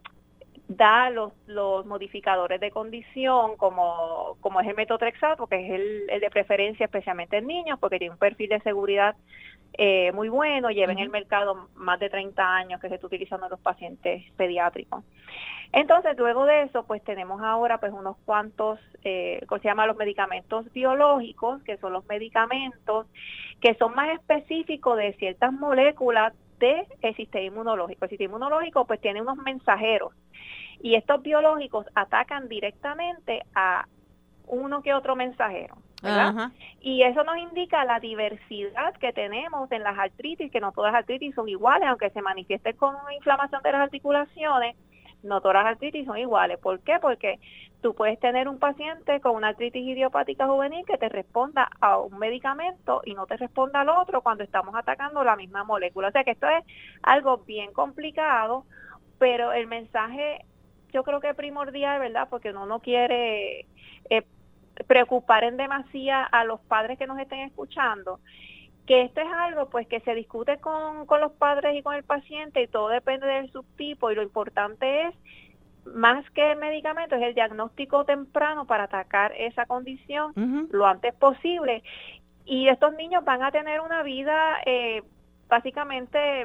da los, los modificadores de condición como, como es el metotrexato, que es el, el de preferencia especialmente en niños, porque tiene un perfil de seguridad eh, muy bueno, lleva uh-huh. en el mercado más de treinta años que se está utilizando en los pacientes pediátricos. Entonces, luego de eso, pues tenemos ahora pues unos cuantos, eh, ¿cómo se llama? Los medicamentos biológicos, que son los medicamentos que son más específicos de ciertas moléculas del sistema inmunológico. El sistema inmunológico pues tiene unos mensajeros y estos biológicos atacan directamente a uno que otro mensajero, ¿verdad? Uh-huh. Y eso nos indica la diversidad que tenemos en las artritis, que no todas las artritis son iguales, aunque se manifieste con inflamación de las articulaciones, no todas las artritis son iguales. ¿Por qué? Porque tú puedes tener un paciente con una artritis idiopática juvenil que te responda a un medicamento y no te responda al otro cuando estamos atacando la misma molécula. O sea que esto es algo bien complicado, pero el mensaje yo creo que es primordial, ¿verdad? Porque uno no quiere eh, preocupar en demasía a los padres que nos estén escuchando, que esto es algo pues que se discute con, con los padres y con el paciente y todo depende del subtipo, y lo importante es, más que el medicamento, es el diagnóstico temprano para atacar esa condición uh-huh. lo antes posible. Y estos niños van a tener una vida eh, básicamente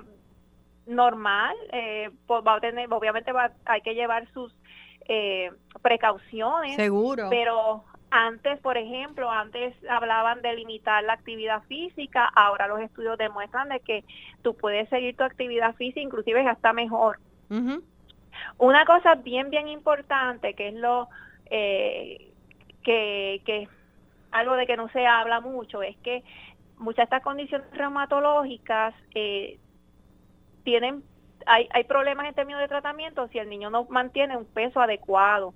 normal, eh, pues va a tener, obviamente va, hay que llevar sus eh, precauciones. Seguro. Pero antes, por ejemplo, antes hablaban de limitar la actividad física, ahora los estudios demuestran de que tú puedes seguir tu actividad física, inclusive es hasta mejor. Uh-huh. Una cosa bien, bien importante, que es lo eh, que, que algo de que no se habla mucho, es que muchas de estas condiciones reumatológicas eh, tienen, hay, hay problemas en términos de tratamiento si el niño no mantiene un peso adecuado.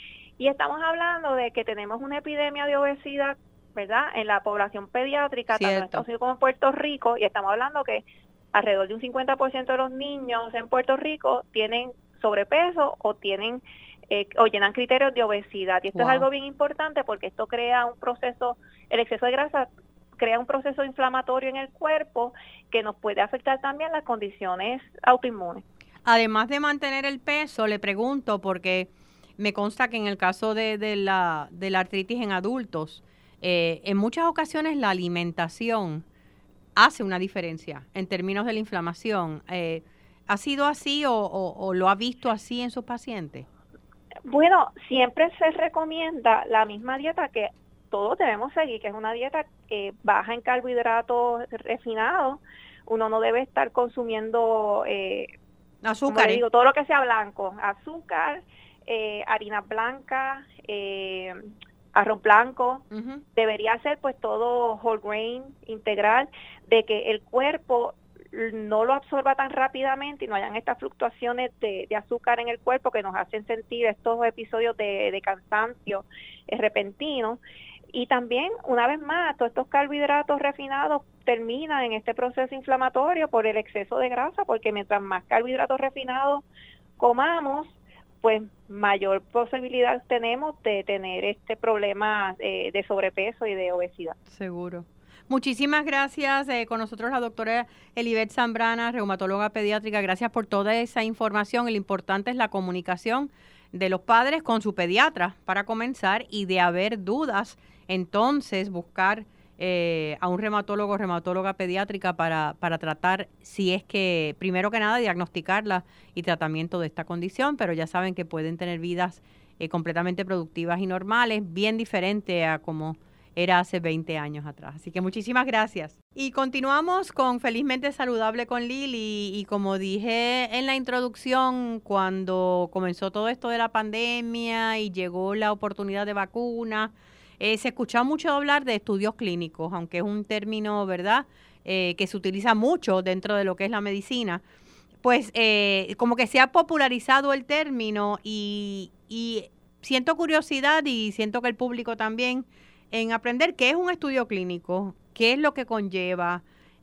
Y estamos hablando de que tenemos una epidemia de obesidad, ¿verdad?, en la población pediátrica, Cierto. tanto en Estados Unidos como en Puerto Rico, y estamos hablando que alrededor de un cincuenta por ciento de los niños en Puerto Rico tienen sobrepeso o tienen eh, o llenan criterios de obesidad. Y esto wow. es algo bien importante porque esto crea un proceso, el exceso de grasa crea un proceso inflamatorio en el cuerpo que nos puede afectar también las condiciones autoinmunes. Además de mantener el peso, le pregunto, porque me consta que en el caso de, de, la, de la artritis en adultos, eh, en muchas ocasiones la alimentación hace una diferencia en términos de la inflamación. Eh, ¿Ha sido así o, o, o lo ha visto así en sus pacientes? Bueno, siempre se recomienda la misma dieta que todos debemos seguir, que es una dieta eh, baja en carbohidratos refinados. Uno no debe estar consumiendo eh, azúcar, digo, todo lo que sea blanco, azúcar, eh, harina blanca, eh, arroz blanco. Uh-huh. Debería ser pues todo whole grain, integral, de que el cuerpo no lo absorba tan rápidamente y no hayan estas fluctuaciones de, de azúcar en el cuerpo que nos hacen sentir estos episodios de, de cansancio eh, repentino. Y también, una vez más, todos estos carbohidratos refinados terminan en este proceso inflamatorio por el exceso de grasa, porque mientras más carbohidratos refinados comamos, pues mayor posibilidad tenemos de tener este problema eh, de sobrepeso y de obesidad. Seguro. Muchísimas gracias. Eh, con nosotros la doctora Elibet Zambrana, reumatóloga pediátrica. Gracias por toda esa información. Lo importante es la comunicación de los padres con su pediatra para comenzar, y de haber dudas, entonces buscar eh, a un reumatólogo o reumatóloga pediátrica para, para tratar, si es que, primero que nada, diagnosticarla y tratamiento de esta condición, pero ya saben que pueden tener vidas eh, completamente productivas y normales, bien diferente a como era hace veinte años atrás. Así que muchísimas gracias. Y continuamos con Felizmente Saludable con Lili. Y como dije en la introducción, cuando comenzó todo esto de la pandemia y llegó la oportunidad de vacuna, eh, se escuchaba mucho hablar de estudios clínicos, aunque es un término, ¿verdad?, eh, que se utiliza mucho dentro de lo que es la medicina. Pues eh, como que se ha popularizado el término y, y siento curiosidad, y siento que el público también, en aprender qué es un estudio clínico, qué es lo que conlleva,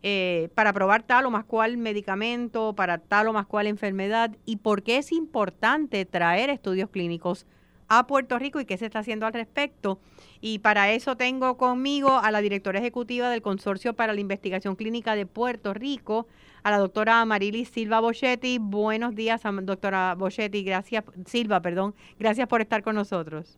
eh, para probar tal o más cual medicamento, para tal o más cual enfermedad, y por qué es importante traer estudios clínicos a Puerto Rico y qué se está haciendo al respecto. Y para eso tengo conmigo a la directora ejecutiva del Consorcio para la Investigación Clínica de Puerto Rico, a la doctora Amarilis Silva Boschetti. Buenos días, doctora Boschetti, gracias, Silva, perdón, gracias por estar con nosotros.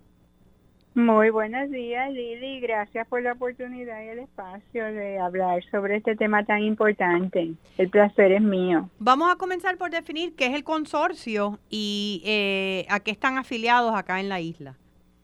Muy buenos días, Lili. Gracias por la oportunidad y el espacio de hablar sobre este tema tan importante. El placer es mío. Vamos a comenzar por definir qué es el consorcio y eh, a qué están afiliados acá en la isla.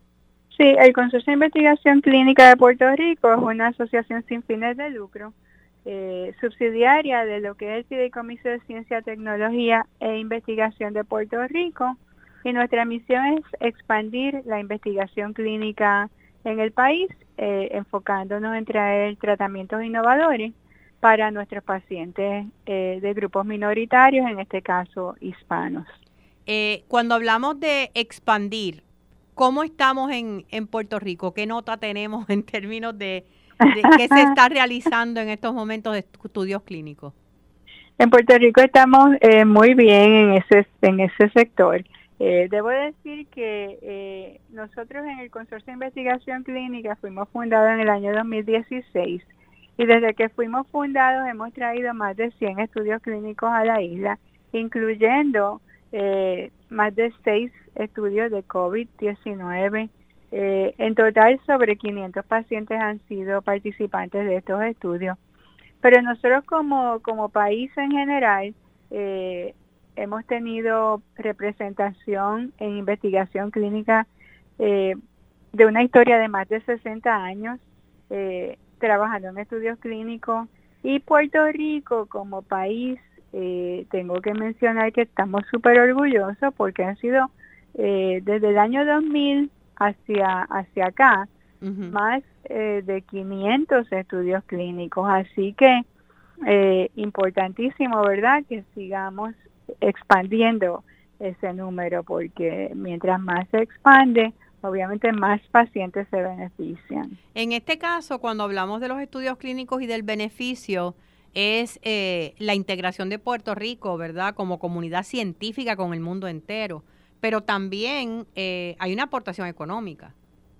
Sí, el Consorcio de Investigación Clínica de Puerto Rico es una asociación sin fines de lucro, eh, subsidiaria de lo que es el Fideicomiso de Ciencia, Tecnología e Investigación de Puerto Rico. Y nuestra misión es expandir la investigación clínica en el país, eh, enfocándonos en traer tratamientos innovadores para nuestros pacientes eh, de grupos minoritarios, en este caso hispanos. Eh, cuando hablamos de expandir, ¿cómo estamos en, en Puerto Rico? ¿Qué nota tenemos en términos de, de qué se está realizando en estos momentos de estudios clínicos? En Puerto Rico estamos eh, muy bien en ese, en ese sector. Eh, debo decir que eh, nosotros en el Consorcio de Investigación Clínica fuimos fundados en el año dos mil dieciséis y desde que fuimos fundados hemos traído más de cien estudios clínicos a la isla, incluyendo eh, más de seis estudios de COVID diecinueve. Eh, en total, sobre quinientos pacientes han sido participantes de estos estudios. Pero nosotros como, como país en general, eh, hemos tenido representación en investigación clínica eh, de una historia de más de sesenta años, eh, trabajando en estudios clínicos. Y Puerto Rico como país, eh, tengo que mencionar que estamos súper orgullosos porque han sido eh, desde el año dos mil hacia, hacia acá, uh-huh. más eh, de quinientos estudios clínicos. Así que eh, importantísimo, ¿verdad?, que sigamos expandiendo ese número, porque mientras más se expande, obviamente más pacientes se benefician. En este caso, cuando hablamos de los estudios clínicos y del beneficio, es eh, la integración de Puerto Rico, ¿verdad?, como comunidad científica con el mundo entero, pero también eh, hay una aportación económica.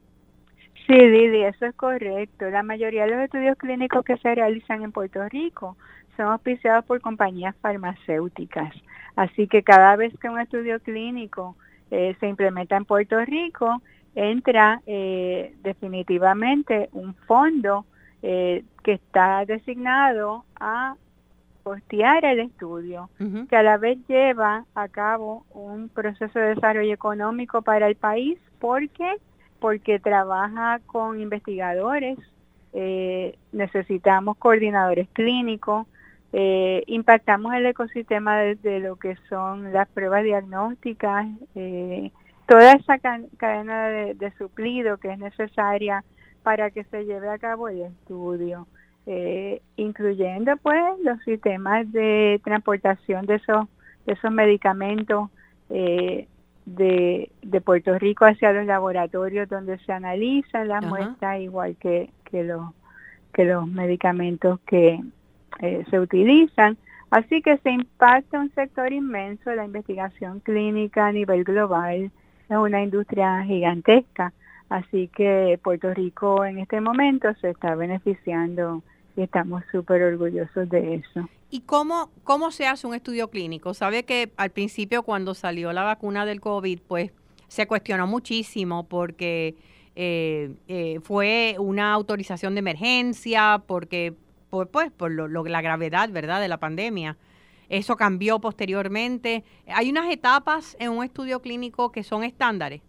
Sí, Lili, eso es correcto. La mayoría de los estudios clínicos que se realizan en Puerto Rico son auspiciados por compañías farmacéuticas. Así que cada vez que un estudio clínico eh, se implementa en Puerto Rico, entra eh, definitivamente un fondo eh, que está designado a costear el estudio, uh-huh. que a la vez lleva a cabo un proceso de desarrollo económico para el país. ¿Por qué? Porque trabaja con investigadores, eh, necesitamos coordinadores clínicos, eh, impactamos el ecosistema de, de lo que son las pruebas diagnósticas, eh, toda esa can- cadena de, de suplido que es necesaria para que se lleve a cabo el estudio, eh, incluyendo pues los sistemas de transportación de esos, de esos medicamentos eh, de, de Puerto Rico hacia los laboratorios donde se analizan las uh-huh. muestras, igual que, que, los, que los medicamentos que eh, se utilizan. Así que se impacta un sector inmenso. La investigación clínica a nivel global es una industria gigantesca. Así que Puerto Rico en este momento se está beneficiando y estamos súper orgullosos de eso. ¿Y cómo, cómo se hace un estudio clínico? Sabe que al principio cuando salió la vacuna del COVID, pues se cuestionó muchísimo porque eh, eh, fue una autorización de emergencia, porque por, pues, por lo, lo, la gravedad, ¿verdad?, de la pandemia. Eso cambió posteriormente. ¿Hay unas etapas en un estudio clínico que son estándares?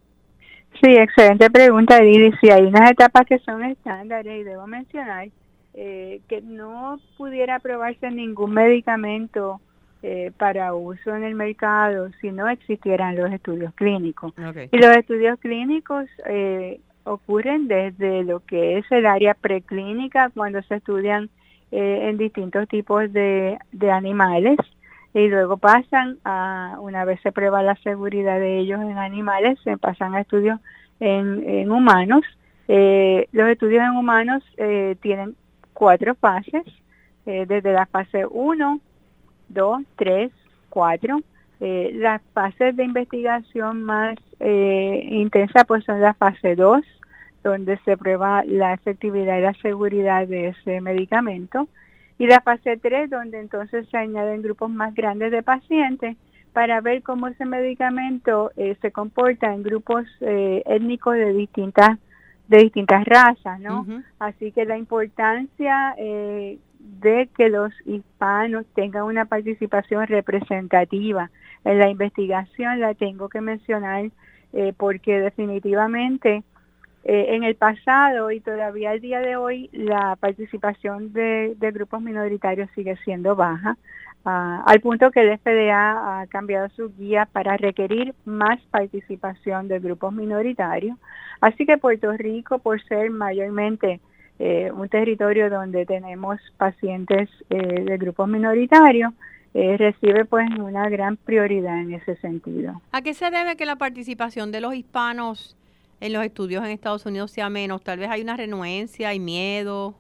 Sí, excelente pregunta, Lili. Sí, hay unas etapas que son estándares y debo mencionar Eh, que no pudiera aprobarse ningún medicamento eh, para uso en el mercado si no existieran los estudios clínicos. Okay. Y los estudios clínicos eh, ocurren desde lo que es el área preclínica, cuando se estudian eh, en distintos tipos de, de animales, y luego pasan a, una vez se prueba la seguridad de ellos en animales, se pasan a estudios en, en humanos. Eh, los estudios en humanos eh, tienen cuatro fases. eh, desde la fase uno, dos, tres, cuatro. Eh, las fases de investigación más eh, intensas pues son la fase dos, donde se prueba la efectividad y la seguridad de ese medicamento, y la fase tres, donde entonces se añaden grupos más grandes de pacientes para ver cómo ese medicamento eh, se comporta en grupos eh, étnicos de distintas de distintas razas, ¿no? Uh-huh. Así que la importancia eh, de que los hispanos tengan una participación representativa en la investigación la tengo que mencionar eh, porque definitivamente eh, en el pasado y todavía al día de hoy la participación de, de grupos minoritarios sigue siendo baja, uh, al punto que el F D A ha cambiado su guía para requerir más participación de grupos minoritarios. Así que Puerto Rico, por ser mayormente eh, un territorio donde tenemos pacientes eh, de grupos minoritarios, Eh, recibe pues una gran prioridad en ese sentido. ¿A qué se debe que la participación de los hispanos en los estudios en Estados Unidos sea menos? Tal vez hay una renuencia, hay miedo,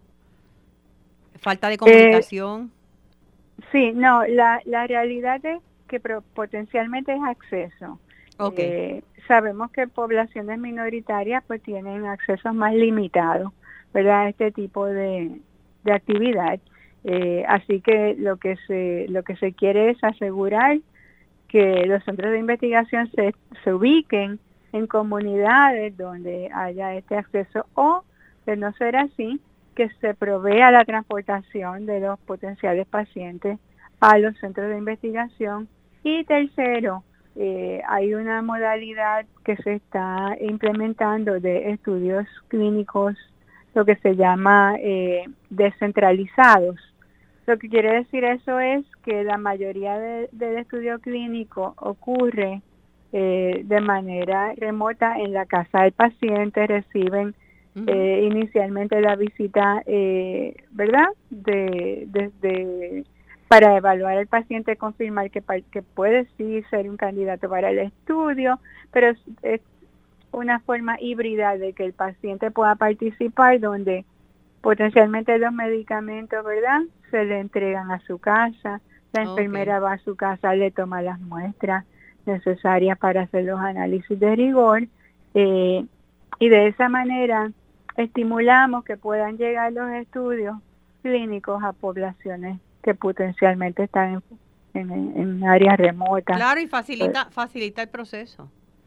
falta de comunicación. Eh, sí, no, la, la realidad es que pro, potencialmente es acceso. Okay. Eh, sabemos que poblaciones minoritarias pues tienen accesos más limitados, ¿verdad?, a este tipo de, de actividad. Eh, así que lo que se lo que se quiere es asegurar que los centros de investigación se, se ubiquen en comunidades donde haya este acceso, o de no ser así, que se provea la transportación de los potenciales pacientes a los centros de investigación. Y tercero, eh, hay una modalidad que se está implementando de estudios clínicos, lo que se llama eh, descentralizados. Lo que quiere decir eso es que la mayoría de, del estudio clínico ocurre eh, de manera remota en la casa del paciente, reciben uh-huh. eh, inicialmente la visita, eh, ¿verdad?, de, de, de, para evaluar al paciente, confirmar que, que puede sí ser un candidato para el estudio, pero es, es una forma híbrida de que el paciente pueda participar, donde potencialmente los medicamentos, ¿verdad?, se le entregan a su casa, la enfermera okay. va a su casa, le toma las muestras necesarias para hacer los análisis de rigor, eh, y de esa manera estimulamos que puedan llegar los estudios clínicos a poblaciones que potencialmente están en, en, en áreas remotas. Claro, y facilita, pues, facilita el proceso.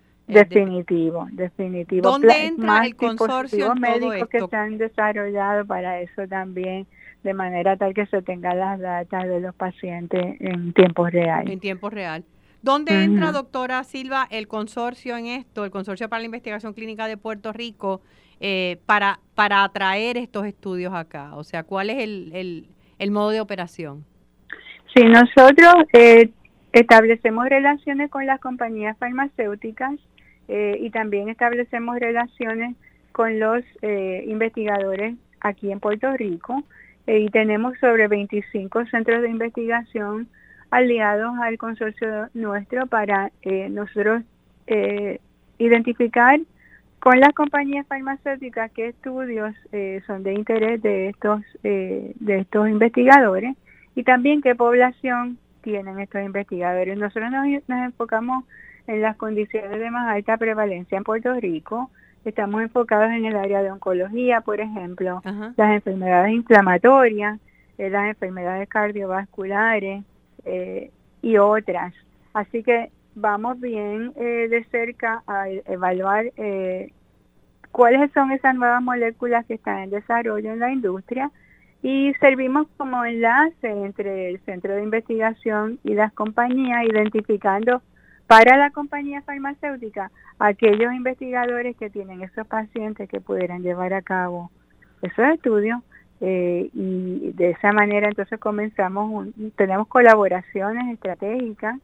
Definitivo, definitivo. ¿Dónde entra más el consorcio en médicos todo esto? Que se han desarrollado para eso también, de manera tal que se tengan las datas de los pacientes en tiempo real. En tiempo real. ¿Dónde uh-huh. entra, doctora Silva, el consorcio en esto, el Consorcio para la Investigación Clínica de Puerto Rico, eh, para para atraer estos estudios acá? O sea, ¿cuál es el, el, el modo de operación? Sí, nosotros eh, establecemos relaciones con las compañías farmacéuticas, Eh, y también establecemos relaciones con los eh, investigadores aquí en Puerto Rico, eh, y tenemos sobre veinticinco centros de investigación aliados al consorcio nuestro para eh, nosotros eh, identificar con las compañías farmacéuticas qué estudios eh, son de interés de estos eh, de estos investigadores y también qué población tienen estos investigadores. Nosotros nos, nos enfocamos en las condiciones de más alta prevalencia en Puerto Rico. Estamos enfocados en el área de oncología, por ejemplo, uh-huh. las enfermedades inflamatorias, eh, las enfermedades cardiovasculares eh, y otras. Así que vamos bien eh, de cerca a evaluar eh, cuáles son esas nuevas moléculas que están en desarrollo en la industria, y servimos como enlace entre el centro de investigación y las compañías, identificando para la compañía farmacéutica aquellos investigadores que tienen esos pacientes que pudieran llevar a cabo esos estudios, eh, y de esa manera entonces comenzamos, un, tenemos colaboraciones estratégicas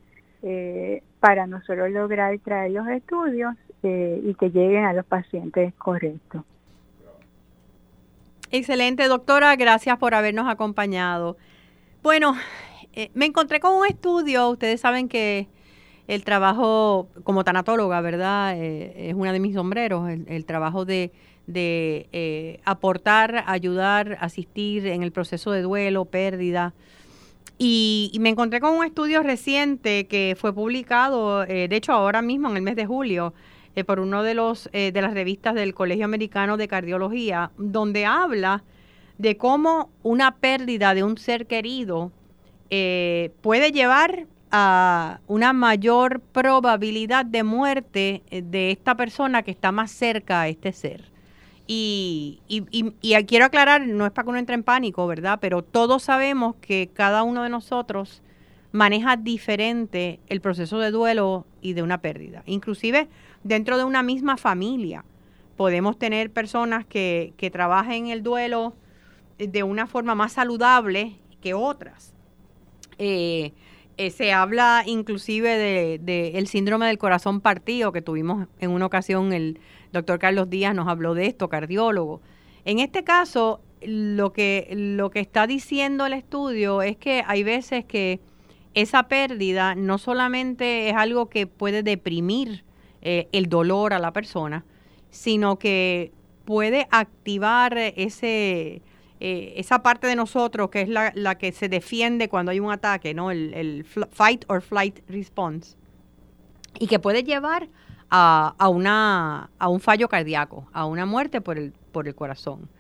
eh, para nosotros lograr traer los estudios eh, y que lleguen a los pacientes correctos. Excelente, doctora, gracias por habernos acompañado. Bueno, eh, me encontré con un estudio, ustedes saben que el trabajo como tanatóloga, ¿verdad? Eh, es uno de mis sombreros, el, el trabajo de, de eh, aportar, ayudar, asistir en el proceso de duelo, pérdida. Y, y me encontré con un estudio reciente que fue publicado, eh, de hecho ahora mismo en el mes de julio, eh, por uno de los eh, de las revistas del Colegio Americano de Cardiología, donde habla de cómo una pérdida de un ser querido eh, puede llevar a una mayor probabilidad de muerte de esta persona que está más cerca a este ser. Y, y, y, y quiero aclarar, no es para que uno entre en pánico, ¿verdad? Pero todos sabemos que cada uno de nosotros maneja diferente el proceso de duelo y de una pérdida. Inclusive dentro de una misma familia podemos tener personas que, que trabajen el duelo de una forma más saludable que otras. Eh, eh, se habla inclusive de, de el síndrome del corazón partido, que tuvimos en una ocasión, el doctor Carlos Díaz nos habló de esto, cardiólogo. En este caso, lo que, lo que está diciendo el estudio es que hay veces que esa pérdida no solamente es algo que puede deprimir eh, el dolor a la persona, sino que puede activar ese... Eh, esa parte de nosotros que es la, la que se defiende cuando hay un ataque, ¿no? El, el fight or flight response. Y que puede llevar a, a, una, a un fallo cardíaco, a una muerte por el, por el corazón.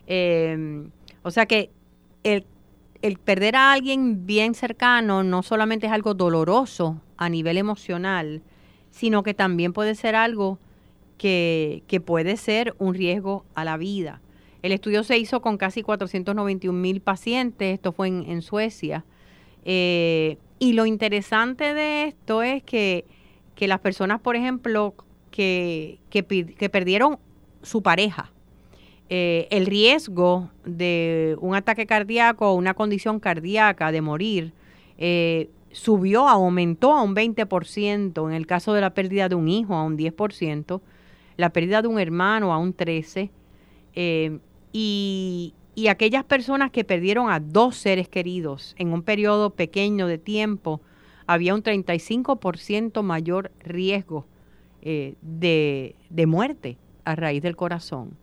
Eh, o sea que el, el perder a alguien bien cercano no solamente es algo doloroso a nivel emocional, sino que también puede ser algo que, que puede ser un riesgo a la vida. El estudio se hizo con casi cuatrocientos noventa y un mil pacientes, esto fue en, en Suecia. Eh, y lo interesante de esto es que, que las personas, por ejemplo, que, que, que perdieron su pareja, eh, el riesgo de un ataque cardíaco o una condición cardíaca de morir eh, subió, aumentó a un veinte por ciento, en el caso de la pérdida de un hijo a un diez por ciento, la pérdida de un hermano a un trece por ciento. Eh, Y, y aquellas personas que perdieron a dos seres queridos en un periodo pequeño de tiempo, había un treinta y cinco por ciento mayor riesgo eh, de, de muerte a raíz del corazón.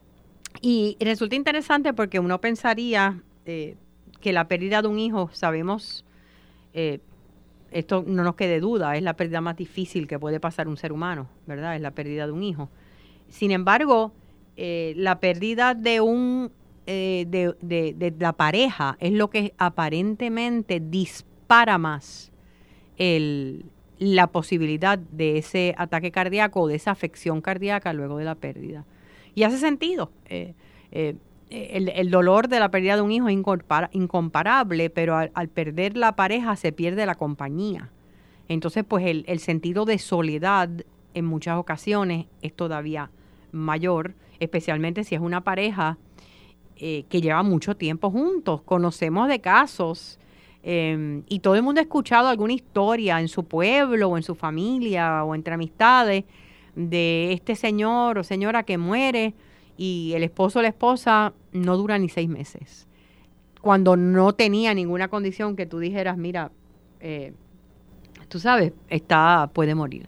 Y resulta interesante porque uno pensaría eh, que la pérdida de un hijo, sabemos, eh, esto no nos quede duda, es la pérdida más difícil que puede pasar un ser humano, ¿verdad? Es la pérdida de un hijo. Sin embargo, Eh, la pérdida de un eh, de, de, de la pareja es lo que aparentemente dispara más el, la posibilidad de ese ataque cardíaco o de esa afección cardíaca luego de la pérdida. Y hace sentido. Eh, eh, el, el dolor de la pérdida de un hijo es incompar, incomparable, pero al, al perder la pareja se pierde la compañía. Entonces, pues el, el sentido de soledad en muchas ocasiones es todavía mayor, especialmente si es una pareja eh, que lleva mucho tiempo juntos. Conocemos de casos eh, y todo el mundo ha escuchado alguna historia en su pueblo o en su familia o entre amistades de este señor o señora que muere y el esposo o la esposa no dura ni seis meses. Cuando no tenía ninguna condición que tú dijeras, mira, eh, tú sabes, está, puede morir.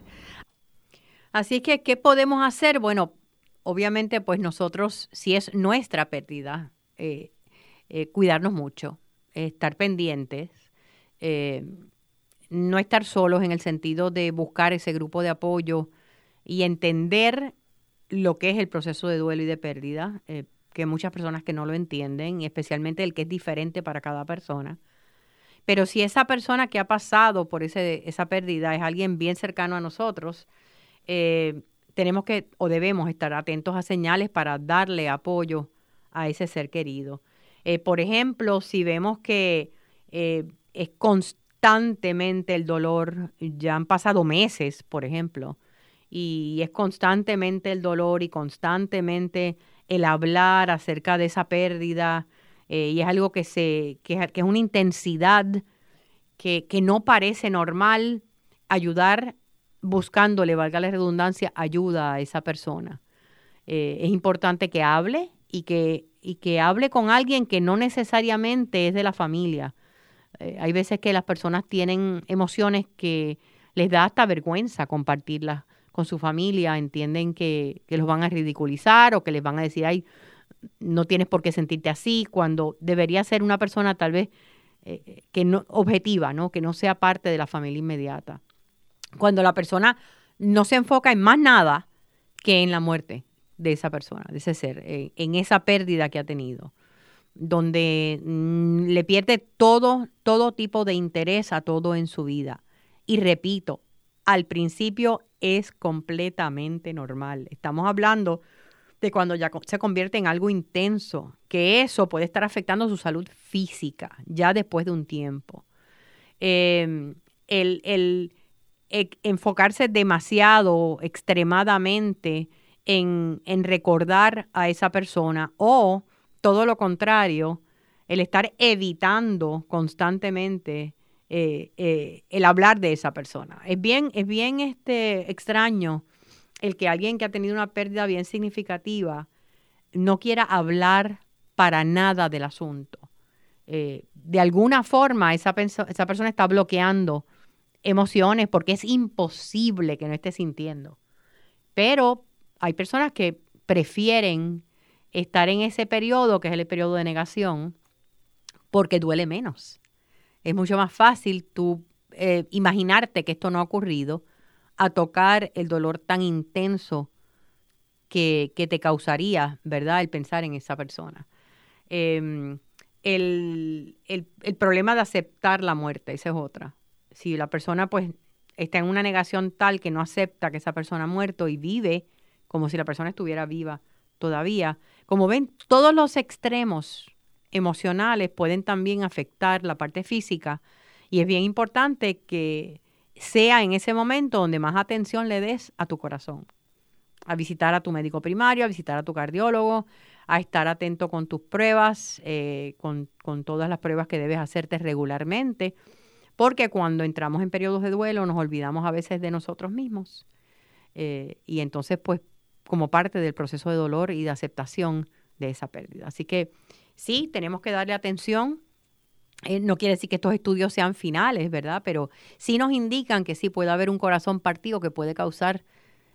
Así que, ¿qué podemos hacer? Bueno, obviamente, pues nosotros, si es nuestra pérdida, eh, eh, cuidarnos mucho, eh, estar pendientes, eh, no estar solos en el sentido de buscar ese grupo de apoyo y entender lo que es el proceso de duelo y de pérdida, eh, que hay muchas personas que no lo entienden, y especialmente el que es diferente para cada persona. Pero si esa persona que ha pasado por ese, esa pérdida es alguien bien cercano a nosotros, eh, tenemos que o debemos estar atentos a señales para darle apoyo a ese ser querido. Eh, por ejemplo, si vemos que eh, es constantemente el dolor, ya han pasado meses, por ejemplo, y es constantemente el dolor y constantemente el hablar acerca de esa pérdida, eh, y es algo que, se, que, que es una intensidad que, que no parece normal, ayudar buscándole, valga la redundancia, ayuda a esa persona. Eh, es importante que hable y que, y que hable con alguien que no necesariamente es de la familia. Eh, hay veces que las personas tienen emociones que les da hasta vergüenza compartirlas con su familia, entienden que, que los van a ridiculizar o que les van a decir, ay, no tienes por qué sentirte así, cuando debería ser una persona tal vez eh, que no objetiva, ¿no? Que no sea parte de la familia inmediata. Cuando la persona no se enfoca en más nada que en la muerte de esa persona, de ese ser, eh, en esa pérdida que ha tenido, donde mm, le pierde todo, todo tipo de interés a todo en su vida. Y repito, al principio es completamente normal. Estamos hablando de cuando ya se convierte en algo intenso, que eso puede estar afectando su salud física ya después de un tiempo. Eh, el, el, el enfocarse demasiado, extremadamente en, en recordar a esa persona o todo lo contrario, el estar evitando constantemente eh, eh, el hablar de esa persona. Es bien, es bien este, extraño el que alguien que ha tenido una pérdida bien significativa no quiera hablar para nada del asunto. Eh, de alguna forma esa, penso- esa persona está bloqueando emociones porque es imposible que no esté sintiendo. Pero hay personas que prefieren estar en ese periodo, que es el periodo de negación, porque duele menos. Es mucho más fácil tú eh, imaginarte que esto no ha ocurrido a tocar el dolor tan intenso que, que te causaría, ¿verdad?, el pensar en esa persona. Eh, el, el, el problema de aceptar la muerte, esa es otra. Si la persona pues está en una negación tal que no acepta que esa persona ha muerto y vive como si la persona estuviera viva todavía, como ven, todos los extremos emocionales pueden también afectar la parte física y es bien importante que sea en ese momento donde más atención le des a tu corazón, a visitar a tu médico primario, a visitar a tu cardiólogo, a estar atento con tus pruebas, eh, con, con todas las pruebas que debes hacerte regularmente, porque cuando entramos en periodos de duelo nos olvidamos a veces de nosotros mismos eh, y entonces pues como parte del proceso de dolor y de aceptación de esa pérdida. Así que sí, tenemos que darle atención. Eh, no quiere decir que estos estudios sean finales, ¿verdad? Pero sí nos indican que sí puede haber un corazón partido que puede causar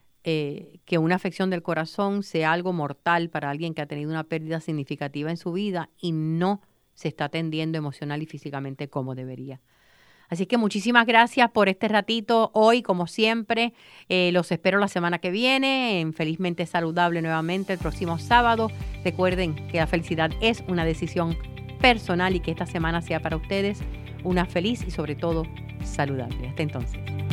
eh, que una afección del corazón sea algo mortal para alguien que ha tenido una pérdida significativa en su vida y no se está atendiendo emocional y físicamente como debería. Así que muchísimas gracias por este ratito hoy, como siempre. Eh, los espero la semana que viene en Felizmente Saludable nuevamente el próximo sábado. Recuerden que la felicidad es una decisión personal y que esta semana sea para ustedes una feliz y sobre todo saludable. Hasta entonces.